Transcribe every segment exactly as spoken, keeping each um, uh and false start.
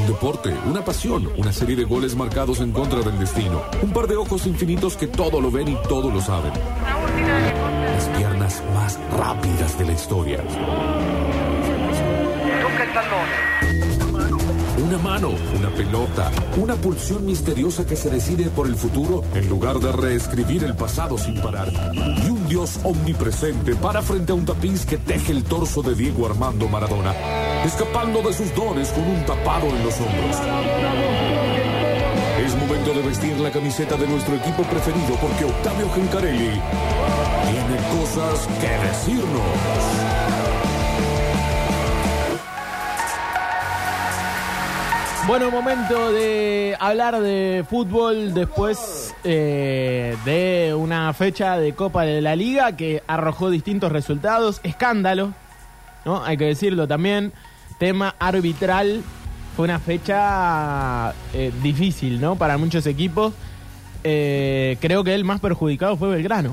deporte, una pasión, una serie de goles marcados en contra del destino, un par de ojos infinitos que todo lo ven y todo lo saben. Las piernas más rápidas de la historia. Una mano, una pelota, una pulsión misteriosa que se decide por el futuro en lugar de reescribir el pasado sin parar. Y un Dios omnipresente para frente a un tapiz que teje el torso de Diego Armando Maradona, escapando de sus dones con un tapado en los hombros. Es momento de vestir la camiseta de nuestro equipo preferido porque Octavio Gencarelli tiene cosas que decirnos. Bueno, momento de hablar de fútbol después eh, de una fecha de Copa de la Liga que arrojó distintos resultados, escándalo, ¿no? Hay que decirlo también, tema arbitral, fue una fecha eh, difícil, ¿no? Para muchos equipos, eh, creo que el más perjudicado fue Belgrano.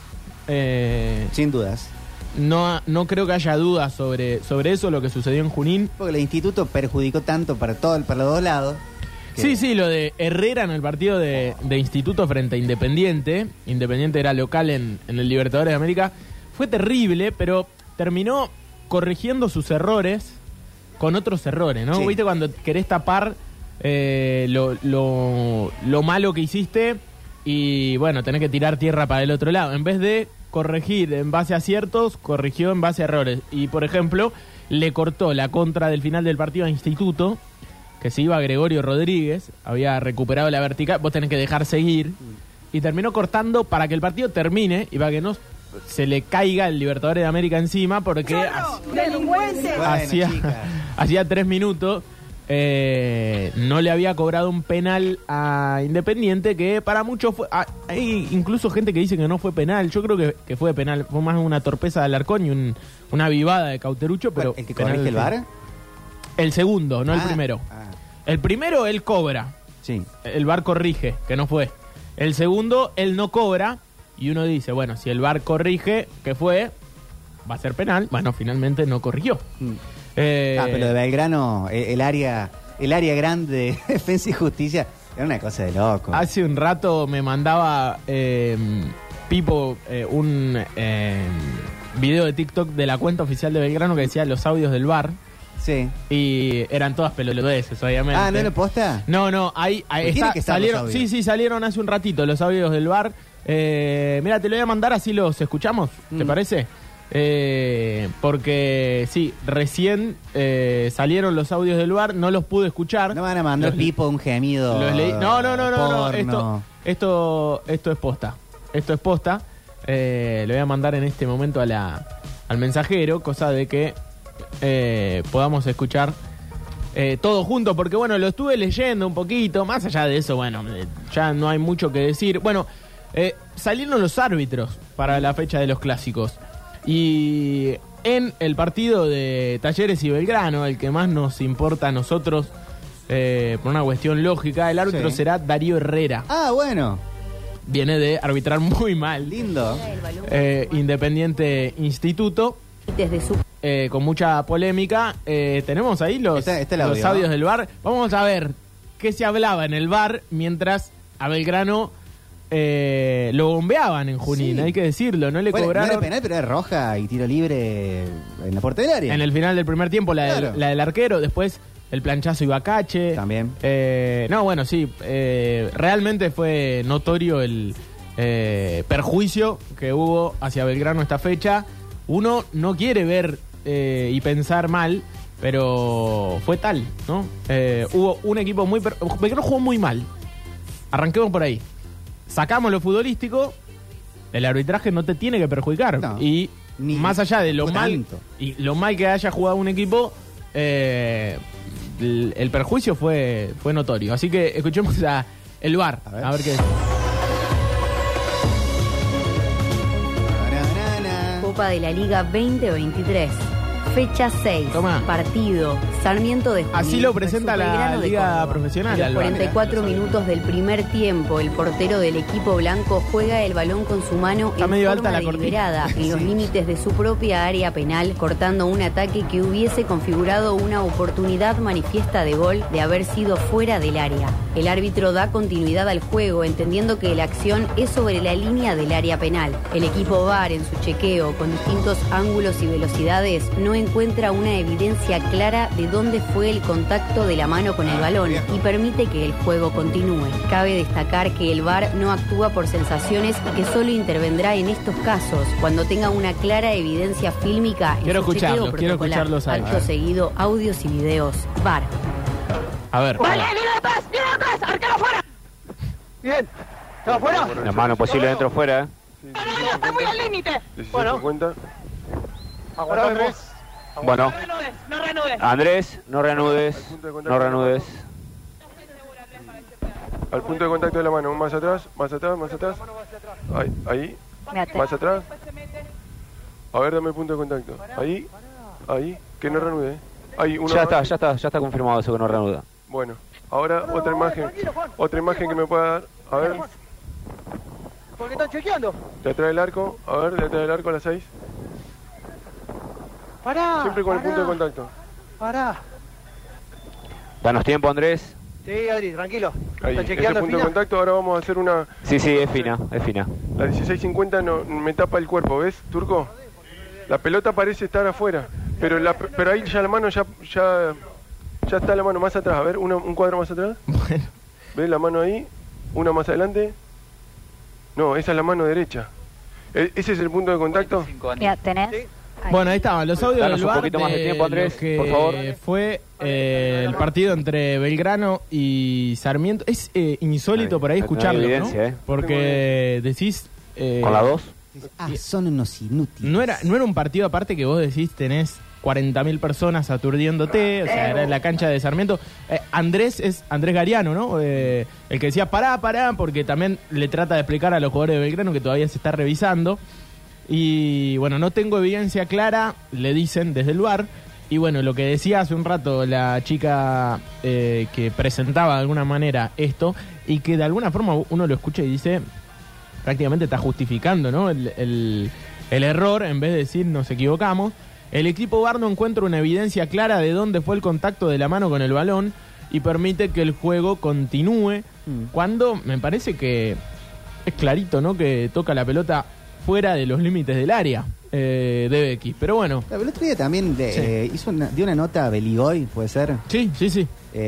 Eh, Sin dudas. No, no creo que haya dudas sobre, sobre eso, lo que sucedió en Junín. Porque el instituto perjudicó tanto para, todo, para los dos lados. Que... Sí, sí, lo de Herrera en el partido de, de instituto frente a Independiente. Independiente era local en, en el Libertadores de América. Fue terrible, pero terminó corrigiendo sus errores con otros errores, ¿no? Sí. ¿Viste cuando querés tapar eh, lo, lo, lo malo que hiciste y, bueno, tenés que tirar tierra para el otro lado? En vez de corregir en base a aciertos, corrigió en base a errores. Y, por ejemplo, le cortó la contra del final del partido a Instituto, que se iba Gregorio Rodríguez, había recuperado la vertical, vos tenés que dejar seguir, y terminó cortando para que el partido termine y para que no se le caiga el Libertadores de América encima, porque hacía, hacía tres minutos Eh, no le había cobrado un penal a Independiente, que para muchos fue, ah, hay incluso gente que dice que no fue penal. Yo creo que, que fue penal, fue más una torpeza de Alarcón y un, una avivada de Cauterucho, pero ¿el que corrige el V A R? El segundo, no ah, el primero. Ah. El primero él cobra, sí. El V A R corrige, que no fue. El segundo él no cobra y uno dice, bueno, si el V A R corrige que fue, va a ser penal. Bueno, finalmente no corrigió. mm. Eh, ah, pero de Belgrano, el, el área el área grande de Defensa y Justicia era una cosa de loco. Hace un rato me mandaba eh, Pipo eh, un eh, video de TikTok de la cuenta oficial de Belgrano que decía los audios del V A R. Sí. Y eran todas pelotudeces, obviamente. Ah, ¿no lo posta? No, no, ahí, ahí está, que salieron. Sí, sí, salieron hace un ratito los audios del V A R. Eh, mira, te lo voy a mandar así los escuchamos, ¿te mm. parece? Eh, porque sí, recién eh, salieron los audios del V A R, no los pude escuchar. No van a mandar los, Pipo un gemido. Los leí. No, no, no, no, no. Esto, esto, esto es posta. Esto es posta. Eh, le voy a mandar en este momento a la, al mensajero, cosa de que eh, podamos escuchar eh, todo junto, porque bueno, lo estuve leyendo un poquito. Más allá de eso, bueno, eh, ya no hay mucho que decir. Bueno, eh, salieron los árbitros para la fecha de los clásicos. Y en el partido de Talleres y Belgrano, el que más nos importa a nosotros, eh, por una cuestión lógica, el árbitro sí. será Darío Herrera. Ah, bueno. Viene de arbitrar muy mal. Lindo. Eh, Independiente Instituto. Desde su... Eh, con mucha polémica. Eh, tenemos ahí los, está, está los audio, audios ¿no? del V A R. Vamos a ver qué se hablaba en el V A R mientras a Belgrano... Eh, lo bombeaban en Junín, sí. Hay que decirlo, no le bueno, cobraron. No era penal, pero era roja y tiro libre en la puerta del área. En el final del primer tiempo, la, claro. del, la del arquero, después el planchazo Ibacache. También. Eh, no, bueno, sí, eh, realmente fue notorio el eh, perjuicio que hubo hacia Belgrano esta fecha. Uno no quiere ver eh, y pensar mal, pero fue tal, ¿no? Eh, hubo un equipo muy... Per- Belgrano jugó muy mal. Arranquemos por ahí. Sacamos lo futbolístico, el arbitraje no te tiene que perjudicar. No, y ni, más allá de lo mal tanto. y lo mal que haya jugado un equipo, eh, el, el perjuicio fue, fue notorio. Así que escuchemos a el V A R, a ver, a ver qué es. Copa de la Liga veinte veintitrés, fecha seis, Toma. partido Sarmiento de Junín. Así lo presenta la Liga Profesional. A los cuarenta y cuatro minutos del primer tiempo, el portero del equipo blanco juega el balón con su mano Está en medio forma alta la deliberada en los Sí. límites de su propia área penal, cortando un ataque que hubiese configurado una oportunidad manifiesta de gol de haber sido fuera del área. El árbitro da continuidad al juego, entendiendo que la acción es sobre la línea del área penal. El equipo V A R, en su chequeo con distintos ángulos y velocidades, no encuentra una evidencia clara de dónde fue el contacto de la mano con el balón y permite que el juego continúe. Cabe destacar que el V A R no actúa por sensaciones y que solo intervendrá en estos casos cuando tenga una clara evidencia fílmica en Quiero su chequeo escucharlos, quiero protocolar. escucharlos ahí. Acto seguido, audios y videos. V A R. A ver. ¡Vale, viene atrás! ¡Viene atrás! ¡Arquero fuera! Bien. ¿Está afuera? La mano posible dentro o fuera. ¡Está muy al límite! Bueno. Aguanta Andrés. Bueno. No reanudes, no reanudes. Andrés, no reanudes. No reanudes. Al punto de contacto de la mano, más atrás, más atrás, más atrás. Ahí, ahí. Más atrás. A ver, dame el punto de contacto. Ahí, ahí, que no reanude. Ahí, uno Ya está, ya está, ya está confirmado eso que no reanuda. Bueno, ahora otra imagen, otra imagen que me pueda dar. A ver, Porque están chequeando. de atrás del arco, a ver, de atrás del arco a las seis. Pará. Siempre con el pará, punto de contacto. Pará. Danos tiempo, Andrés. Sí, Adri, tranquilo. Ahí, Están ese chequeando punto de fina. contacto, ahora vamos a hacer una... Sí, sí, es fina, es fina. La dieciséis cincuenta no, me tapa el cuerpo, ¿ves, Turco? La pelota parece estar afuera, pero la, pero ahí ya la mano ya ya ya está la mano más atrás. A ver, una, un cuadro más atrás. Bueno. ¿Ves la mano ahí? Una más adelante. No, esa es la mano derecha. E- ¿Ese es el punto de contacto? Ya, tenés. Sí. Ahí. Bueno, ahí estaban los audios Danos del un V A R poquito más de de tiempo, Andrés, lo que por favor. fue eh, el partido entre Belgrano y Sarmiento. Es eh, insólito Ahí, por ahí no hay escucharlo, ¿no? evidencia, ¿eh? Porque decís... eh, ¿Con la dos? Ah, son unos inútiles. No era, no era un partido aparte que vos decís tenés cuarenta mil personas aturdiéndote, o sea, era en la cancha de Sarmiento. Eh, Andrés es Andrés Gariano, ¿no? Eh, el que decía pará, pará, porque también le trata de explicar a los jugadores de Belgrano que todavía se está revisando. Y bueno, no tengo evidencia clara, le dicen desde el V A R. Y bueno, lo que decía hace un rato la chica eh, que presentaba de alguna manera esto, y que de alguna forma uno lo escucha y dice, prácticamente está justificando, ¿no? El, el, el error, en vez de decir nos equivocamos. El equipo V A R no encuentra una evidencia clara de dónde fue el contacto de la mano con el balón y permite que el juego continúe, Mm. cuando me parece que es clarito, ¿no? Que toca la pelota fuera de los límites del área eh, de Becky. Pero bueno, El otro día también de- Sí. eh, hizo una, dio una nota a Beligoy, puede ser. sí, sí, sí.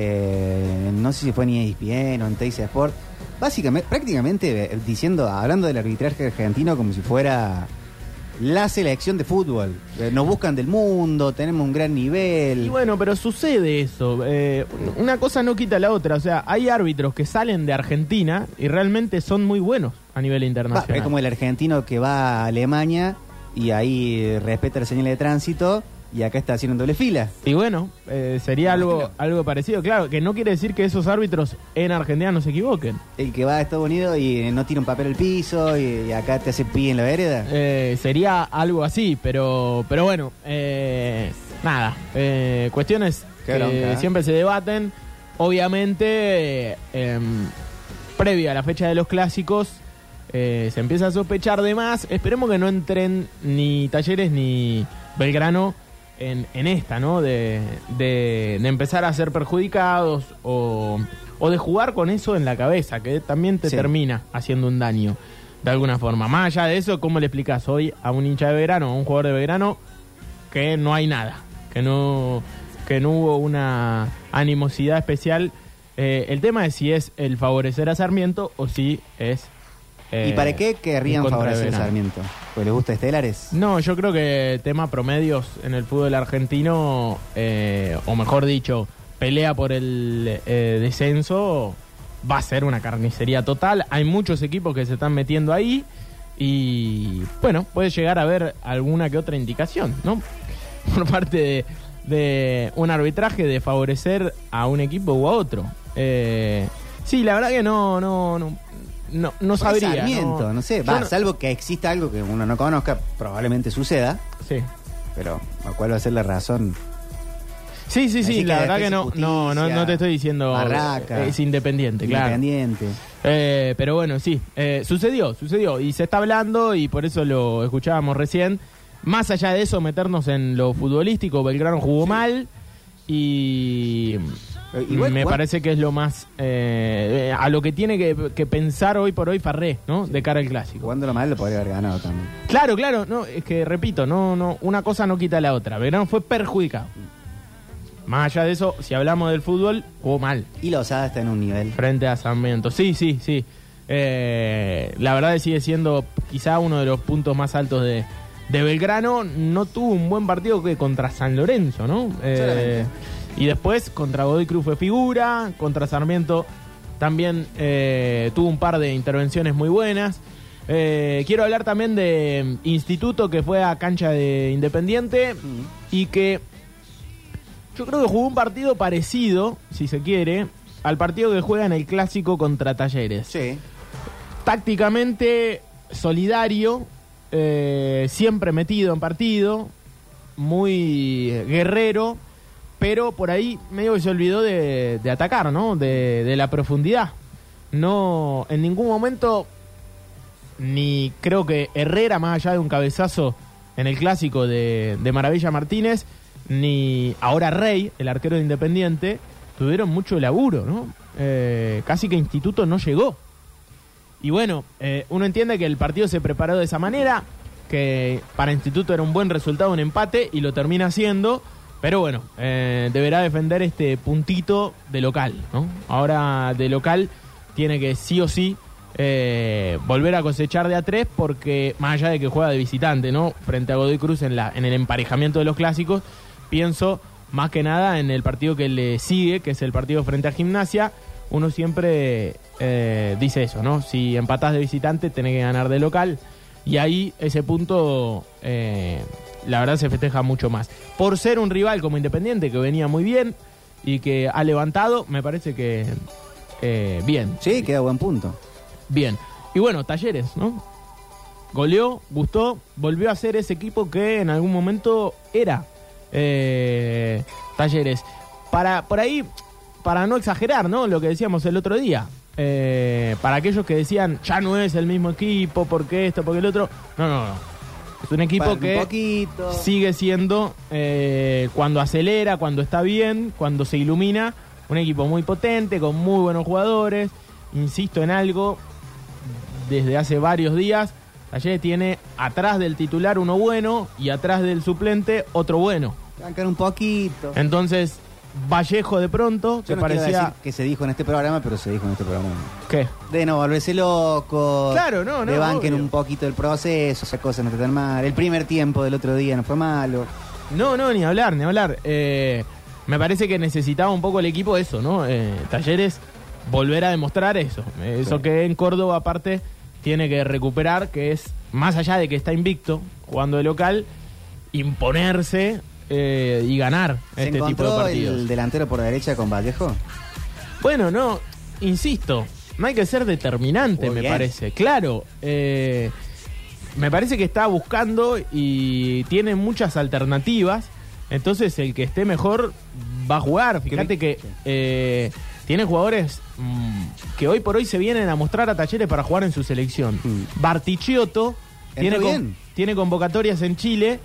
Eh, no sé si fue en E S P N o en Teis Sport. Básicamente, prácticamente eh, diciendo, hablando del arbitraje argentino como si fuera la selección de fútbol. Eh, nos buscan del mundo, tenemos un gran nivel. Y bueno, pero sucede eso. Eh, una cosa no quita la otra. O sea, hay árbitros que salen de Argentina y realmente son muy buenos a nivel Va, internacional. es como el argentino que va a Alemania y ahí eh, respeta la señal de tránsito y acá está haciendo doble fila. Y bueno, eh, sería algo, Imagino. algo parecido. Claro, que no quiere decir que esos árbitros en Argentina no se equivoquen. El que va a Estados Unidos y no tira un papel al piso y, y acá te hace pie en la vereda. Eh, sería algo así, pero pero bueno, eh, nada. Eh, cuestiones Qué que bronca, ¿eh? siempre se debaten. Obviamente, eh, em, previo a la fecha de los clásicos, eh, se empieza a sospechar de más. Esperemos que no entren ni Talleres ni Belgrano en, en esta, ¿no? De, de, de empezar a ser perjudicados o, o de jugar con eso en la cabeza, que también te Sí. termina haciendo un daño de alguna forma. Más allá de eso, ¿cómo le explicas hoy a un hincha de Belgrano, a un jugador de Belgrano, que no hay nada, que no, que no hubo una animosidad especial? Eh, el tema es si es el favorecer a Sarmiento o si es... eh, ¿Y para qué querrían en contra de favorecer a Belgrano. Sarmiento? ¿Pues les gusta Estelares? No, yo creo que tema promedios en el fútbol argentino, eh, o mejor dicho, pelea por el eh, descenso, va a ser una carnicería total. Hay muchos equipos que se están metiendo ahí y, bueno, puede llegar a haber alguna que otra indicación, ¿no? Por parte de, de un arbitraje de favorecer a un equipo u a otro. Eh, sí, la verdad que no, no, no, no, no Porque sabría. Sarmiento, no, no sé. Yo Va, no- salvo que exista algo que uno no conozca, probablemente suceda, Sí. pero ¿cuál va a ser la razón? Sí, sí, sí, Así la que verdad que no, Defensa y no, no, no te estoy diciendo Barraca, es independiente, claro. Independiente. Eh, pero bueno, sí, eh, sucedió, sucedió y se está hablando y por eso lo escuchábamos recién. Más allá de eso, meternos en lo futbolístico, Belgrano jugó sí. mal y Igual, me igual. parece que es lo más eh, a lo que tiene que, que pensar hoy por hoy Farré, ¿no? De cara al clásico. Jugándolo mal lo podría haber ganado también. Claro, claro, no, es que repito, no, no, una cosa no quita la otra. Belgrano fue perjudicado. Más allá de eso, si hablamos del fútbol, jugó mal. Y la Osada está en un nivel. Frente a Sarmiento. Sí, sí, sí. Eh, la verdad es que sigue siendo quizá uno de los puntos más altos de, de Belgrano. No tuvo un buen partido que contra San Lorenzo, ¿no? Eh, y después contra Godoy Cruz fue figura. Contra Sarmiento también eh, tuvo un par de intervenciones muy buenas. Eh, quiero hablar también de Instituto, que fue a cancha de Independiente mm. y que yo creo que jugó un partido parecido, si se quiere, al partido que juega en el Clásico contra Talleres. Sí. Tácticamente solidario, eh, siempre metido en partido, muy guerrero, pero por ahí medio que se olvidó de, de atacar, ¿no? De, de la profundidad. No, en ningún momento, ni creo que Herrera, más allá de un cabezazo en el Clásico de, de Maravilla Martínez, ni ahora Rey, el arquero de Independiente, tuvieron mucho laburo, ¿no? Eh, casi que Instituto no llegó. Y bueno, eh, uno entiende que el partido se preparó de esa manera, que para Instituto era un buen resultado, un empate, y lo termina haciendo, pero bueno, eh, deberá defender este puntito de local, ¿no? Ahora de local tiene que sí o sí eh, volver a cosechar de a tres, porque más allá de que juega de visitante, ¿no? Frente a Godoy Cruz en, la, en el emparejamiento de los clásicos, pienso más que nada en el partido que le sigue, que es el partido frente a Gimnasia. Uno siempre eh, dice eso, ¿no? Si empatás de visitante, tenés que ganar de local. Y ahí ese punto, eh, la verdad, se festeja mucho más. Por ser un rival como Independiente, que venía muy bien y que ha levantado, me parece que eh, bien. Sí, queda buen punto. Bien. Y bueno, Talleres, ¿no? Goleó, gustó, volvió a ser ese equipo que en algún momento era. Eh, Talleres. Para, por ahí, para no exagerar, ¿no? Lo que decíamos el otro día. Eh, para aquellos que decían, ya no es el mismo equipo, porque esto, porque el otro. No, no, no. Es un equipo para que un poquito. Sigue siendo, eh, cuando acelera, cuando está bien, cuando se ilumina, un equipo muy potente, con muy buenos jugadores. Insisto en algo, desde hace varios días, Talleres tiene atrás del titular uno bueno y atrás del suplente otro bueno. Bancar un poquito. Entonces, Vallejo de pronto, Yo que no parecía... quiero decir que se dijo en este programa, pero se dijo en este programa. ¿Qué? De no volverse loco. Claro, no, no. De banquen obvio. un poquito el proceso, esas cosas no están mal. El primer tiempo del otro día no fue malo. No, no, ni hablar, ni hablar. Eh, me parece que necesitaba un poco el equipo eso, ¿no? Eh, Talleres volver a demostrar eso. Eso sí. Que en Córdoba, aparte, tiene que recuperar, que es, más allá de que está invicto, jugando de local, imponerse eh, y ganar ¿Se este tipo de partidos. ¿El delantero por derecha con Vallejo? Bueno, no, insisto, no hay que ser determinante, Muy me bien. parece. Claro, eh, me parece que está buscando y tiene muchas alternativas, entonces el que esté mejor va a jugar. Fíjate que eh, tiene jugadores mmm, que hoy por hoy se vienen a mostrar a Talleres para jugar en su selección. Mm. Bartichotto tiene, con, tiene convocatorias en Chile.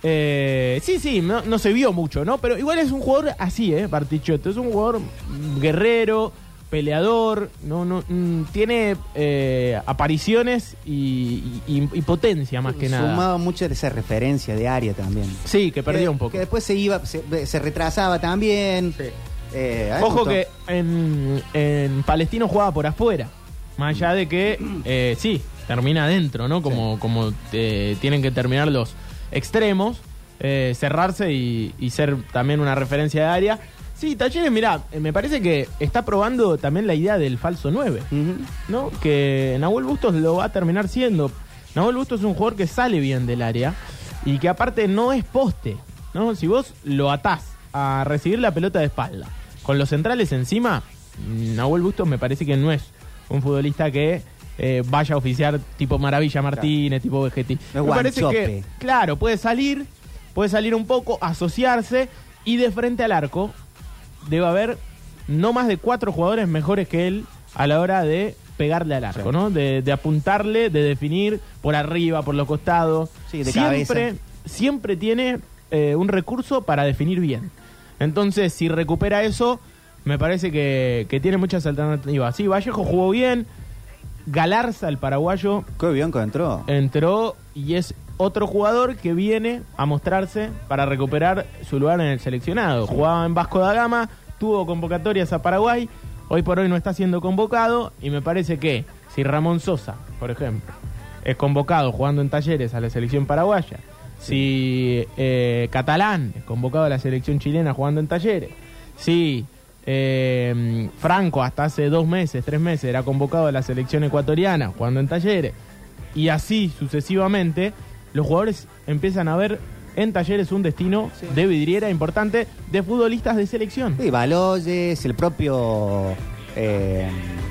Eh, sí, sí, no, no se vio mucho, ¿no? Pero igual es un jugador así, ¿eh? Bartichotto. Es un jugador guerrero, peleador, no, no, mm, tiene eh, apariciones y, y, y potencia más que nada. Sumaba mucho de esa referencia de área también. Sí, que perdió que, un poco. Que después se iba, se, se retrasaba también. Sí. Eh, Ojo que en, en Palestino jugaba por afuera, más allá de que eh, sí, termina adentro, ¿no? Como, sí. como eh, tienen que terminar los extremos, eh, cerrarse y, y ser también una referencia de área. Sí, Talleres, mirá, me parece que está probando también la idea del falso nueve, uh-huh. ¿no? Que Nahuel Bustos lo va a terminar siendo. Nahuel Bustos es un jugador que sale bien del área y que aparte no es poste, ¿no? Si vos lo atás a recibir la pelota de espalda con los centrales encima, Nahuel Bustos me parece que no es un futbolista que eh, vaya a oficiar tipo Maravilla Martínez, claro. tipo Vegetti. No me parece chope. que, claro, puede salir, puede salir un poco, asociarse Y de frente al arco debe haber no más de cuatro jugadores mejores que él a la hora de pegarle al arco, sí. ¿no? De, de apuntarle, de definir por arriba, por los costados. Sí, de siempre, cabeza. Siempre tiene eh, un recurso para definir bien. Entonces, si recupera eso, me parece que, que tiene muchas alternativas. Sí, Vallejo jugó bien. Galarza, el paraguayo, qué bien que entró. Entró y es otro jugador que viene a mostrarse para recuperar su lugar en el seleccionado. Jugaba en Vasco da Gama, tuvo convocatorias a Paraguay, hoy por hoy no está siendo convocado y me parece que si Ramón Sosa, por ejemplo, es convocado jugando en Talleres a la selección paraguaya, si eh, Catalán es convocado a la selección chilena jugando en Talleres, si eh, Franco hasta hace dos meses, tres meses era convocado a la selección ecuatoriana jugando en Talleres, y así sucesivamente, los jugadores empiezan a ver en Talleres un destino sí. de vidriera importante de futbolistas de selección. Sí, Baloyes, el propio... Eh,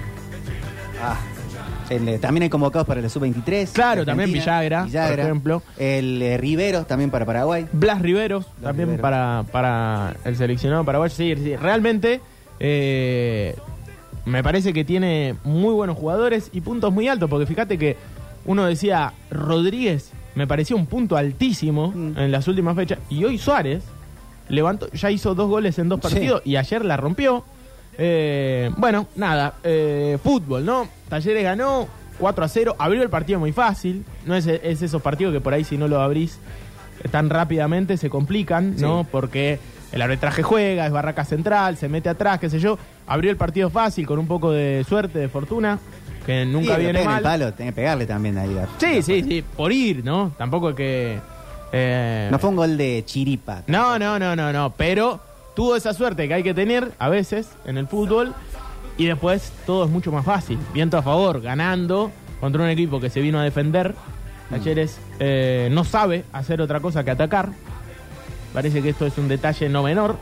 ah, el, también hay convocados para el sub veintitrés. Claro, también Villagra, Villagra, por ejemplo. El eh, Rivero, también para Paraguay. Blas Riveros, Blas también Rivero. Para, para el seleccionado paraguayo. Sí, sí, realmente eh, me parece que tiene muy buenos jugadores y puntos muy altos, porque fíjate que uno decía, Rodríguez me pareció un punto altísimo mm. en las últimas fechas, y hoy Suárez levantó, ya hizo dos goles en dos partidos sí. y ayer la rompió. Eh, bueno, nada, eh, fútbol, ¿no? Talleres ganó cuatro a cero, abrió el partido muy fácil, no es, es esos partidos que por ahí si no lo abrís tan rápidamente se complican, ¿no? Sí. Porque el arbitraje juega, es Barraca Central, se mete atrás, qué sé yo, abrió el partido fácil con un poco de suerte, de fortuna, que nunca sí, viene mal. El palo, tenés que pegarle también ahí. Sí, sí, sí, por ir, ¿no? Tampoco es que... Eh... No fue un gol de chiripa. No, no, no, no, no, pero tuvo esa suerte que hay que tener a veces en el fútbol y después todo es mucho más fácil. Viento a favor, ganando contra un equipo que se vino a defender. Talleres eh, no sabe hacer otra cosa que atacar. Parece que esto es un detalle no menor.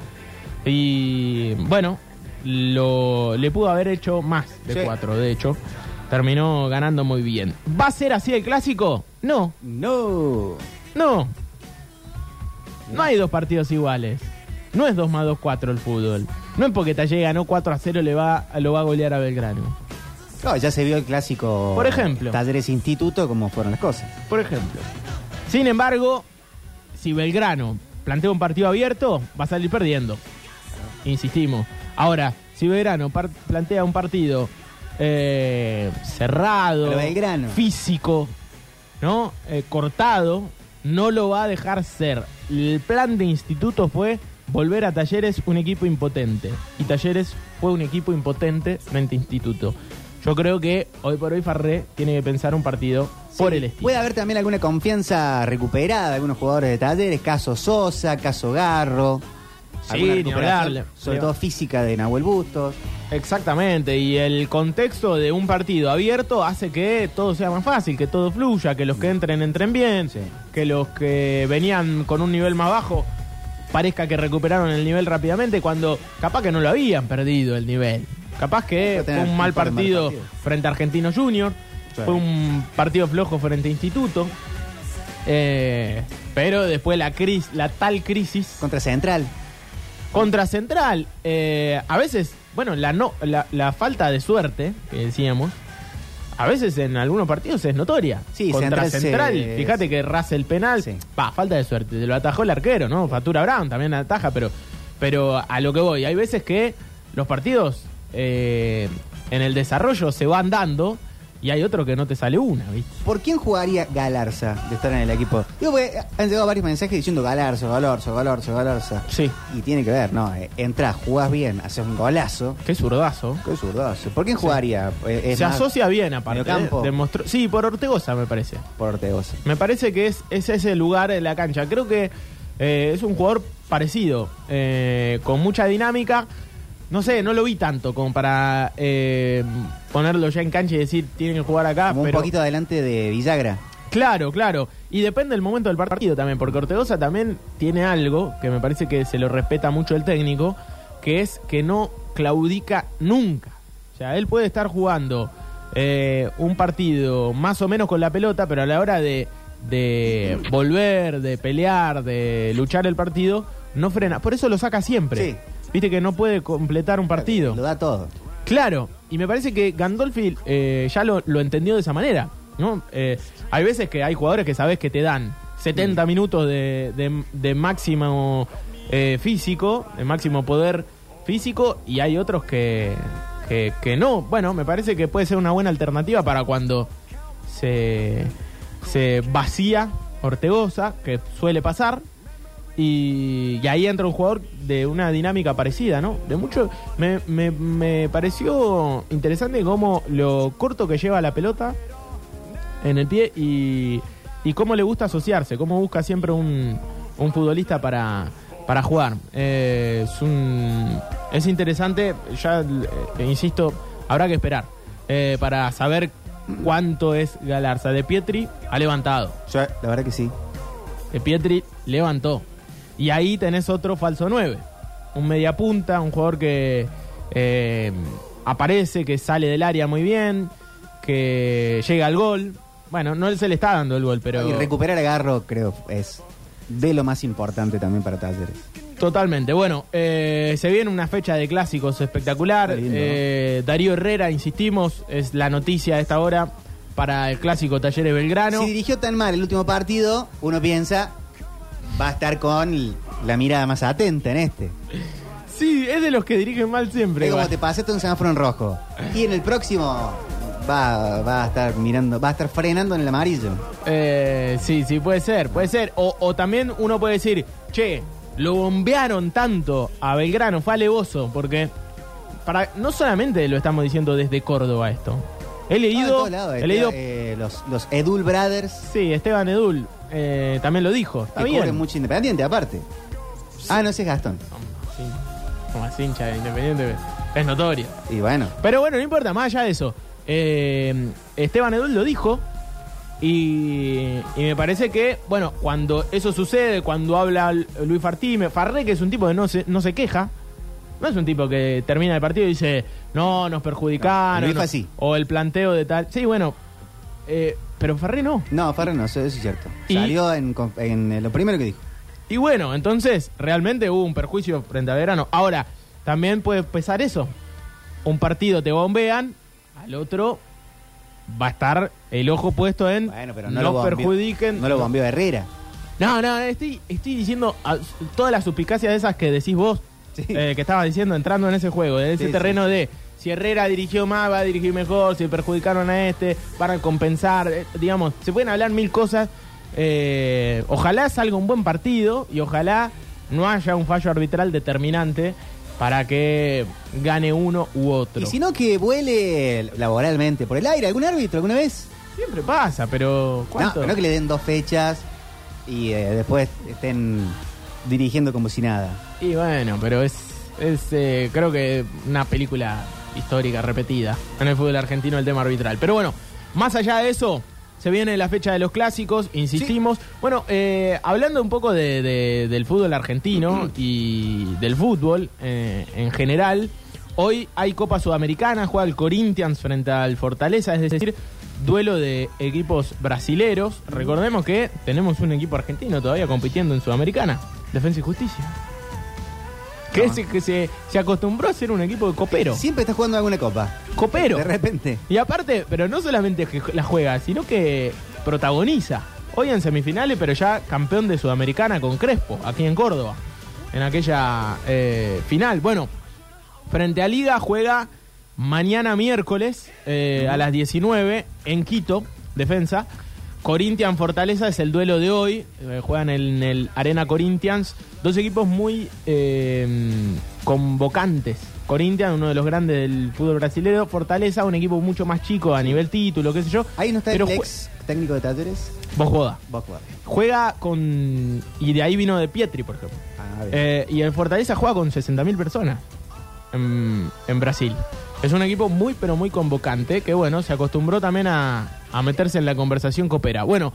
Y bueno, lo, le pudo haber hecho más de sí. cuatro, de hecho. Terminó ganando muy bien. ¿Va a ser así el clásico? No. No. No. No hay dos partidos iguales. No es dos más dos, cuatro el fútbol. No es porque Talleres ganó cuatro a cero le va, lo va a golear a Belgrano. No, ya se vio el clásico. Por ejemplo. Talleres Instituto, como fueron las cosas. Por ejemplo. Sin embargo, si Belgrano plantea un partido abierto, va a salir perdiendo. Insistimos. Ahora, si Belgrano par- plantea un partido eh, cerrado, Belgrano. físico, ¿no? Eh, cortado, no lo va a dejar ser. El plan de Instituto fue volver a Talleres un equipo impotente. Y Talleres fue un equipo impotente frente a Instituto. Yo creo que hoy por hoy Farré tiene que pensar un partido sí, por el estilo. Puede haber también alguna confianza recuperada de algunos jugadores de Talleres, caso Sosa, caso Garro. Sí, ni hablar. Sobre todo física de Nahuel Bustos. Exactamente, y el contexto de un partido abierto hace que todo sea más fácil, que todo fluya, que los que entren, entren bien, sí. que los que venían con un nivel más bajo parezca que recuperaron el nivel rápidamente, cuando capaz que no lo habían perdido el nivel. Capaz que fue un mal partido, partido frente a Argentino Junior, sí. fue un partido flojo frente a Instituto, eh, pero después la crisis, la tal crisis... Contra Central. Contra Central, eh, a veces, bueno, la, no, la, la falta de suerte, que decíamos, a veces en algunos partidos es notoria. Sí, Contra Central, Central, se... fíjate que raza el penal, sí. pa, falta de suerte, se lo atajó el arquero, ¿no? Fatura Brown también ataja, pero, pero a lo que voy, hay veces que los partidos eh, en el desarrollo se van dando y hay otro que no te sale una, ¿viste? ¿Por quién jugaría Galarza de estar en el equipo? Digo, porque han llegado varios mensajes diciendo Galarza, Galarza, Galarza, Galarza. Sí. Y tiene que ver, ¿no? Eh, entrás, jugás bien, haces un golazo. Qué zurdazo. Qué zurdazo. ¿Por quién jugaría? Sí. Eh, Se asocia bien, aparte. ¿Eh? Demostró... Sí, por Ortegoza, me parece. Por Ortegoza. Me parece que es, es ese lugar en la cancha. Creo que eh, es un jugador parecido, eh, con mucha dinámica. No sé, no lo vi tanto como para eh, ponerlo ya en cancha y decir, tienen que jugar acá. Como pero... un poquito adelante de Villagra. Claro, claro. Y depende del momento del partido también, porque Ortegoza también tiene algo que me parece que se lo respeta mucho el técnico, que es que no claudica nunca. O sea, él puede estar jugando eh, un partido más o menos con la pelota, pero a la hora de, de volver, de pelear, de luchar el partido, no frena. Por eso lo saca siempre. Sí. Viste que no puede completar un partido. Lo da todo. Claro, y me parece que Gandolfi eh, ya lo, lo entendió de esa manera, ¿no? Eh, hay veces que hay jugadores que sabes que te dan setenta minutos de, de, de máximo eh, físico, de máximo poder físico, y hay otros que, que, que no. Bueno, me parece que puede ser una buena alternativa para cuando se, se vacía Ortegoza, que suele pasar. Y, y ahí entra un jugador de una dinámica parecida, ¿no? De mucho me, me, me pareció interesante cómo lo corto que lleva la pelota en el pie y, y cómo le gusta asociarse, cómo busca siempre un, un futbolista para, para jugar. Eh, es, un, es interesante, ya eh, insisto, habrá que esperar eh, para saber cuánto es Galarza. De Pietri ha levantado. Yo, la verdad que sí. De Pietri levantó. Y ahí tenés otro falso nueve, un mediapunta, un jugador que eh, aparece, que sale del área muy bien, que llega al gol. Bueno, no se le está dando el gol, pero... Y recuperar a Garro creo es de lo más importante también para Talleres. Totalmente. Bueno, eh, se viene una fecha de clásicos espectacular. Lindo, eh, ¿no? Darío Herrera, insistimos, es la noticia de esta hora para el clásico Talleres Belgrano. Si dirigió tan mal el último partido, uno piensa... va a estar con la mirada más atenta en este. Sí, es de los que dirigen mal siempre. Es como igual. te pasaste un semáforo en rojo. Y en el próximo va, va a estar mirando, va a estar frenando en el amarillo. Eh, sí, sí, puede ser, puede ser. O, o también uno puede decir, che, lo bombearon tanto a Belgrano, fue alevoso, porque para no solamente lo estamos diciendo desde Córdoba esto. He leído, No, lados, he leído eh, los, los Edul Brothers. sí, Esteban Edul eh, también lo dijo. Está Que bien. cubren mucho Independiente, aparte. Sí. Ah, no, ese es Gastón. Sí, como es hincha de Independiente, es notorio. Y bueno. Pero bueno, no importa, más allá de eso. Eh, Esteban Edul lo dijo. Y, y me parece que, bueno, cuando eso sucede, cuando habla Luis Fartime, Farré, que es un tipo que no se, no se queja, no es un tipo que termina el partido y dice, no, nos perjudicaron. No, Luis no, fue así. o el planteo de tal. Sí, bueno, eh, pero Farré no. No, Farré no, eso, eso es cierto. Y- Salió en, en lo primero que dijo. Y bueno, entonces, realmente hubo un perjuicio frente a Belgrano. Ahora, también puede pesar eso. Un partido te bombean, al otro va a estar el ojo puesto en Bueno, pero no, no lo bombeó- perjudiquen. No lo bombeó Herrera. No, no, estoy, estoy diciendo a, todas las suspicacias de esas que decís vos, Sí. eh, que estabas diciendo, entrando en ese juego, en ese Sí, terreno de si Herrera dirigió más, va a dirigir mejor, si perjudicaron a este, van a compensar, eh, digamos, se pueden hablar mil cosas. Eh, ojalá salga un buen partido y ojalá no haya un fallo arbitral determinante para que gane uno u otro. Y si no, que vuele laboralmente por el aire. ¿Algún árbitro alguna vez? Siempre pasa, pero ¿cuánto? No, no que le den dos fechas y eh, después estén dirigiendo como si nada. Y bueno, pero es, es eh, creo que una película histórica repetida en el fútbol argentino el tema arbitral. Pero bueno, más allá de eso, se viene la fecha de los clásicos, insistimos. Sí. Bueno, eh, hablando un poco de, de, del fútbol argentino y del fútbol eh, en general, hoy hay Copa Sudamericana, juega el Corinthians frente al Fortaleza, es decir, duelo de equipos brasileros. Recordemos que tenemos un equipo argentino todavía compitiendo en Sudamericana, Defensa y Justicia. Que, No. se, que se, se acostumbró a ser un equipo de copero. Siempre está jugando alguna copa. Copero. De repente. Y aparte, pero no solamente que la juega, sino que protagoniza. Hoy en semifinales, pero ya campeón de Sudamericana con Crespo, aquí en Córdoba, en aquella eh, final. Bueno, frente a Liga juega mañana miércoles eh, a las diecinueve en Quito, Defensa. Corinthians Fortaleza es el duelo de hoy. Eh, juegan en el Arena Corinthians. Dos equipos muy eh, convocantes. Corinthians, uno de los grandes del fútbol brasileño. Fortaleza, un equipo mucho más chico a nivel título, qué sé yo. Ahí no está Pero el jue- ex técnico de Talleres. Bosboda. Vos jugás. Juega con... Y de ahí vino de Pietri, por ejemplo. Ah, bien. Eh, y el Fortaleza juega con sesenta mil personas en, en Brasil. Es un equipo muy, pero muy convocante, que bueno, se acostumbró también a, a meterse en la conversación copera. Bueno,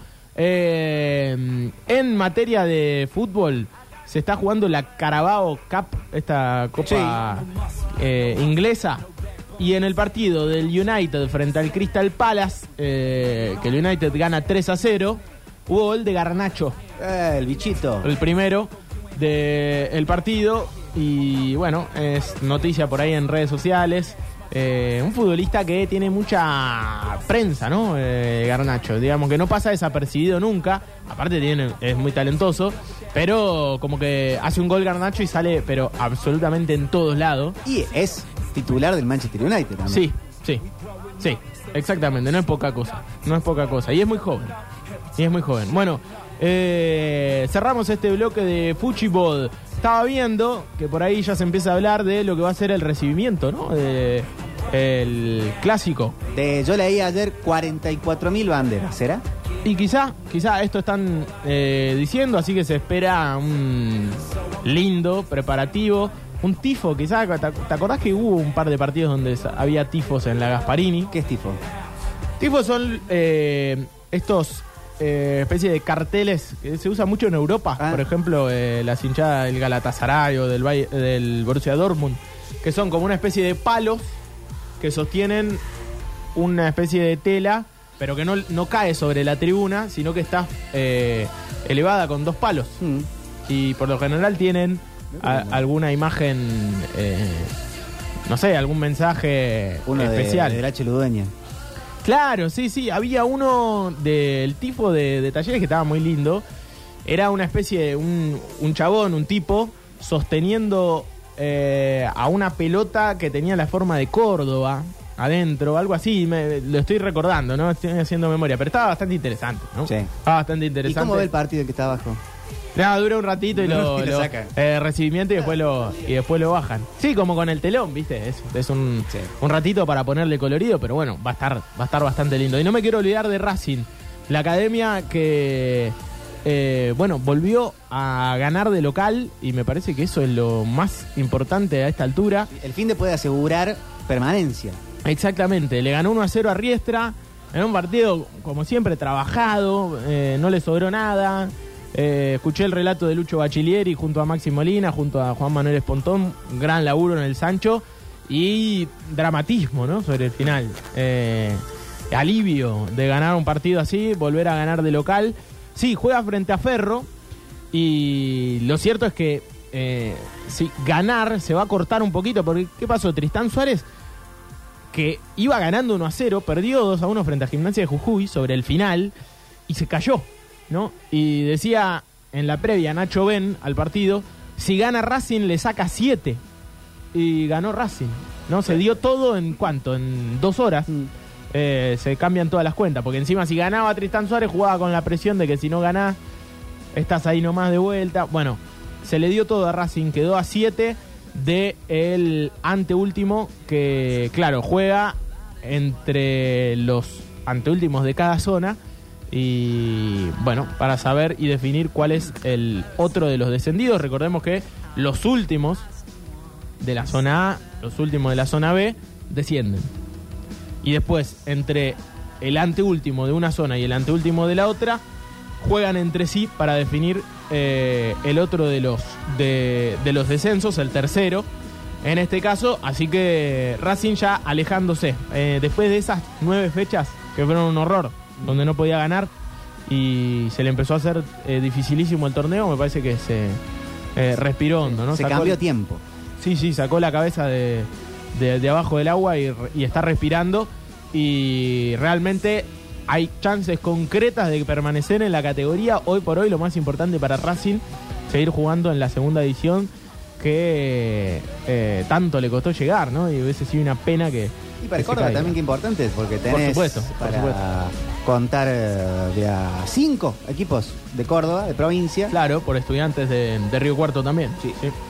eh, en materia de fútbol, se está jugando la Carabao Cup, esta copa eh, inglesa. Y en el partido del United frente al Crystal Palace, eh, que el United gana tres a cero, hubo gol de Garnacho, Eh, el bichito. el primero del partido. Y bueno, es noticia por ahí en redes sociales. Eh, un futbolista que tiene mucha prensa, ¿no? Eh, Garnacho, digamos que no pasa desapercibido nunca. Aparte tiene, es muy talentoso, pero como que hace un gol Garnacho y sale, pero absolutamente en todos lados. Y es titular del Manchester United también. Sí, sí, sí, exactamente, no es poca cosa, no es poca cosa. Y es muy joven, y es muy joven. Bueno, eh, cerramos este bloque de Fuchibol. Estaba viendo que por ahí ya se empieza a hablar de lo que va a ser el recibimiento, ¿no? De, el clásico. De, yo leí ayer cuarenta y cuatro mil banderas, ¿será? Y quizá, quizá esto están eh, diciendo, así que se espera un lindo preparativo, un tifo, quizá. ¿Te, te acordás que hubo un par de partidos donde había tifos en la Gasparini? ¿Qué es tifo? Tifos son eh, estos... Eh, especie de carteles que se usa mucho en Europa, ah. por ejemplo eh, las hinchadas del Galatasaray o del, del Borussia Dortmund, que son como una especie de palos que sostienen una especie de tela, pero que no, no cae sobre la tribuna, sino que está eh, elevada con dos palos. Mm. Y por lo general tienen a, alguna imagen, eh, no sé, algún mensaje Uno especial. De, de la H. Ludueña. Claro, sí, sí. Había uno del tipo de, de Talleres que estaba muy lindo. Era una especie de un, un chabón, un tipo, sosteniendo eh, a una pelota que tenía la forma de Córdoba adentro, algo así. Me, lo estoy recordando, ¿no? Estoy haciendo memoria. Pero estaba bastante interesante, ¿no? Sí. Estaba bastante interesante. ¿Y cómo ve el partido que está abajo? Nada, dura un ratito y lo, y lo lo sacan. Eh, recibimiento y después lo y después lo bajan. Sí, como con el telón, ¿viste? Es, es un, sí. un ratito para ponerle colorido, pero bueno, va a estar va a estar bastante lindo. Y no me quiero olvidar de Racing, la academia que eh, bueno, volvió a ganar de local y me parece que eso es lo más importante a esta altura. El fin de puede asegurar permanencia. Exactamente, le ganó uno a cero a Riestra en un partido como siempre trabajado, eh, no le sobró nada. Eh, escuché el relato de Lucho Bachilieri junto a Maxi Molina, junto a Juan Manuel Espontón, gran laburo en el Sancho y dramatismo, ¿no? Sobre el final. Eh, alivio de ganar un partido así, volver a ganar de local. Sí, juega frente a Ferro y lo cierto es que eh, sí, ganar se va a cortar un poquito porque ¿qué pasó? Tristán Suárez, que iba ganando uno a cero, perdió dos a uno frente a Gimnasia de Jujuy sobre el final y se cayó, ¿no? Y decía en la previa Nacho Ben al partido, si gana Racing le saca siete. Y ganó Racing, ¿no? Se dio todo en ¿cuánto? En dos horas. Mm. Eh, se cambian todas las cuentas, porque encima si ganaba Tristán Suárez jugaba con la presión de que si no ganás estás ahí nomás de vuelta. Bueno, se le dio todo a Racing, quedó a siete de el anteúltimo, que claro, juega entre los anteúltimos de cada zona. Y bueno, para saber y definir cuál es el otro de los descendidos. Recordemos que los últimos de la zona A, los últimos de la zona B descienden. Y después, entre el anteúltimo de una zona y el anteúltimo de la otra, juegan entre sí para definir eh, el otro de los de, de los descensos, el tercero en este caso. Así que Racing ya alejándose eh, después de esas nueve fechas que fueron un horror, donde no podía ganar y se le empezó a hacer eh, dificilísimo el torneo. Me parece que se eh, respiró hondo, ¿no? Se sacó cambió el, tiempo. Sí, sí, sacó la cabeza de, de, de abajo del agua y, y está respirando. Y realmente hay chances concretas de permanecer en la categoría. Hoy por hoy lo más importante para Racing, seguir jugando en la segunda edición, que eh, tanto le costó llegar, ¿no? Y hubiese sido una pena que... Y para Córdoba también que importante, porque tenés por supuesto, para por supuesto. contar eh, de a cinco equipos de Córdoba, de provincia. Claro, por Estudiantes de, de Río Cuarto también. Sí. sí.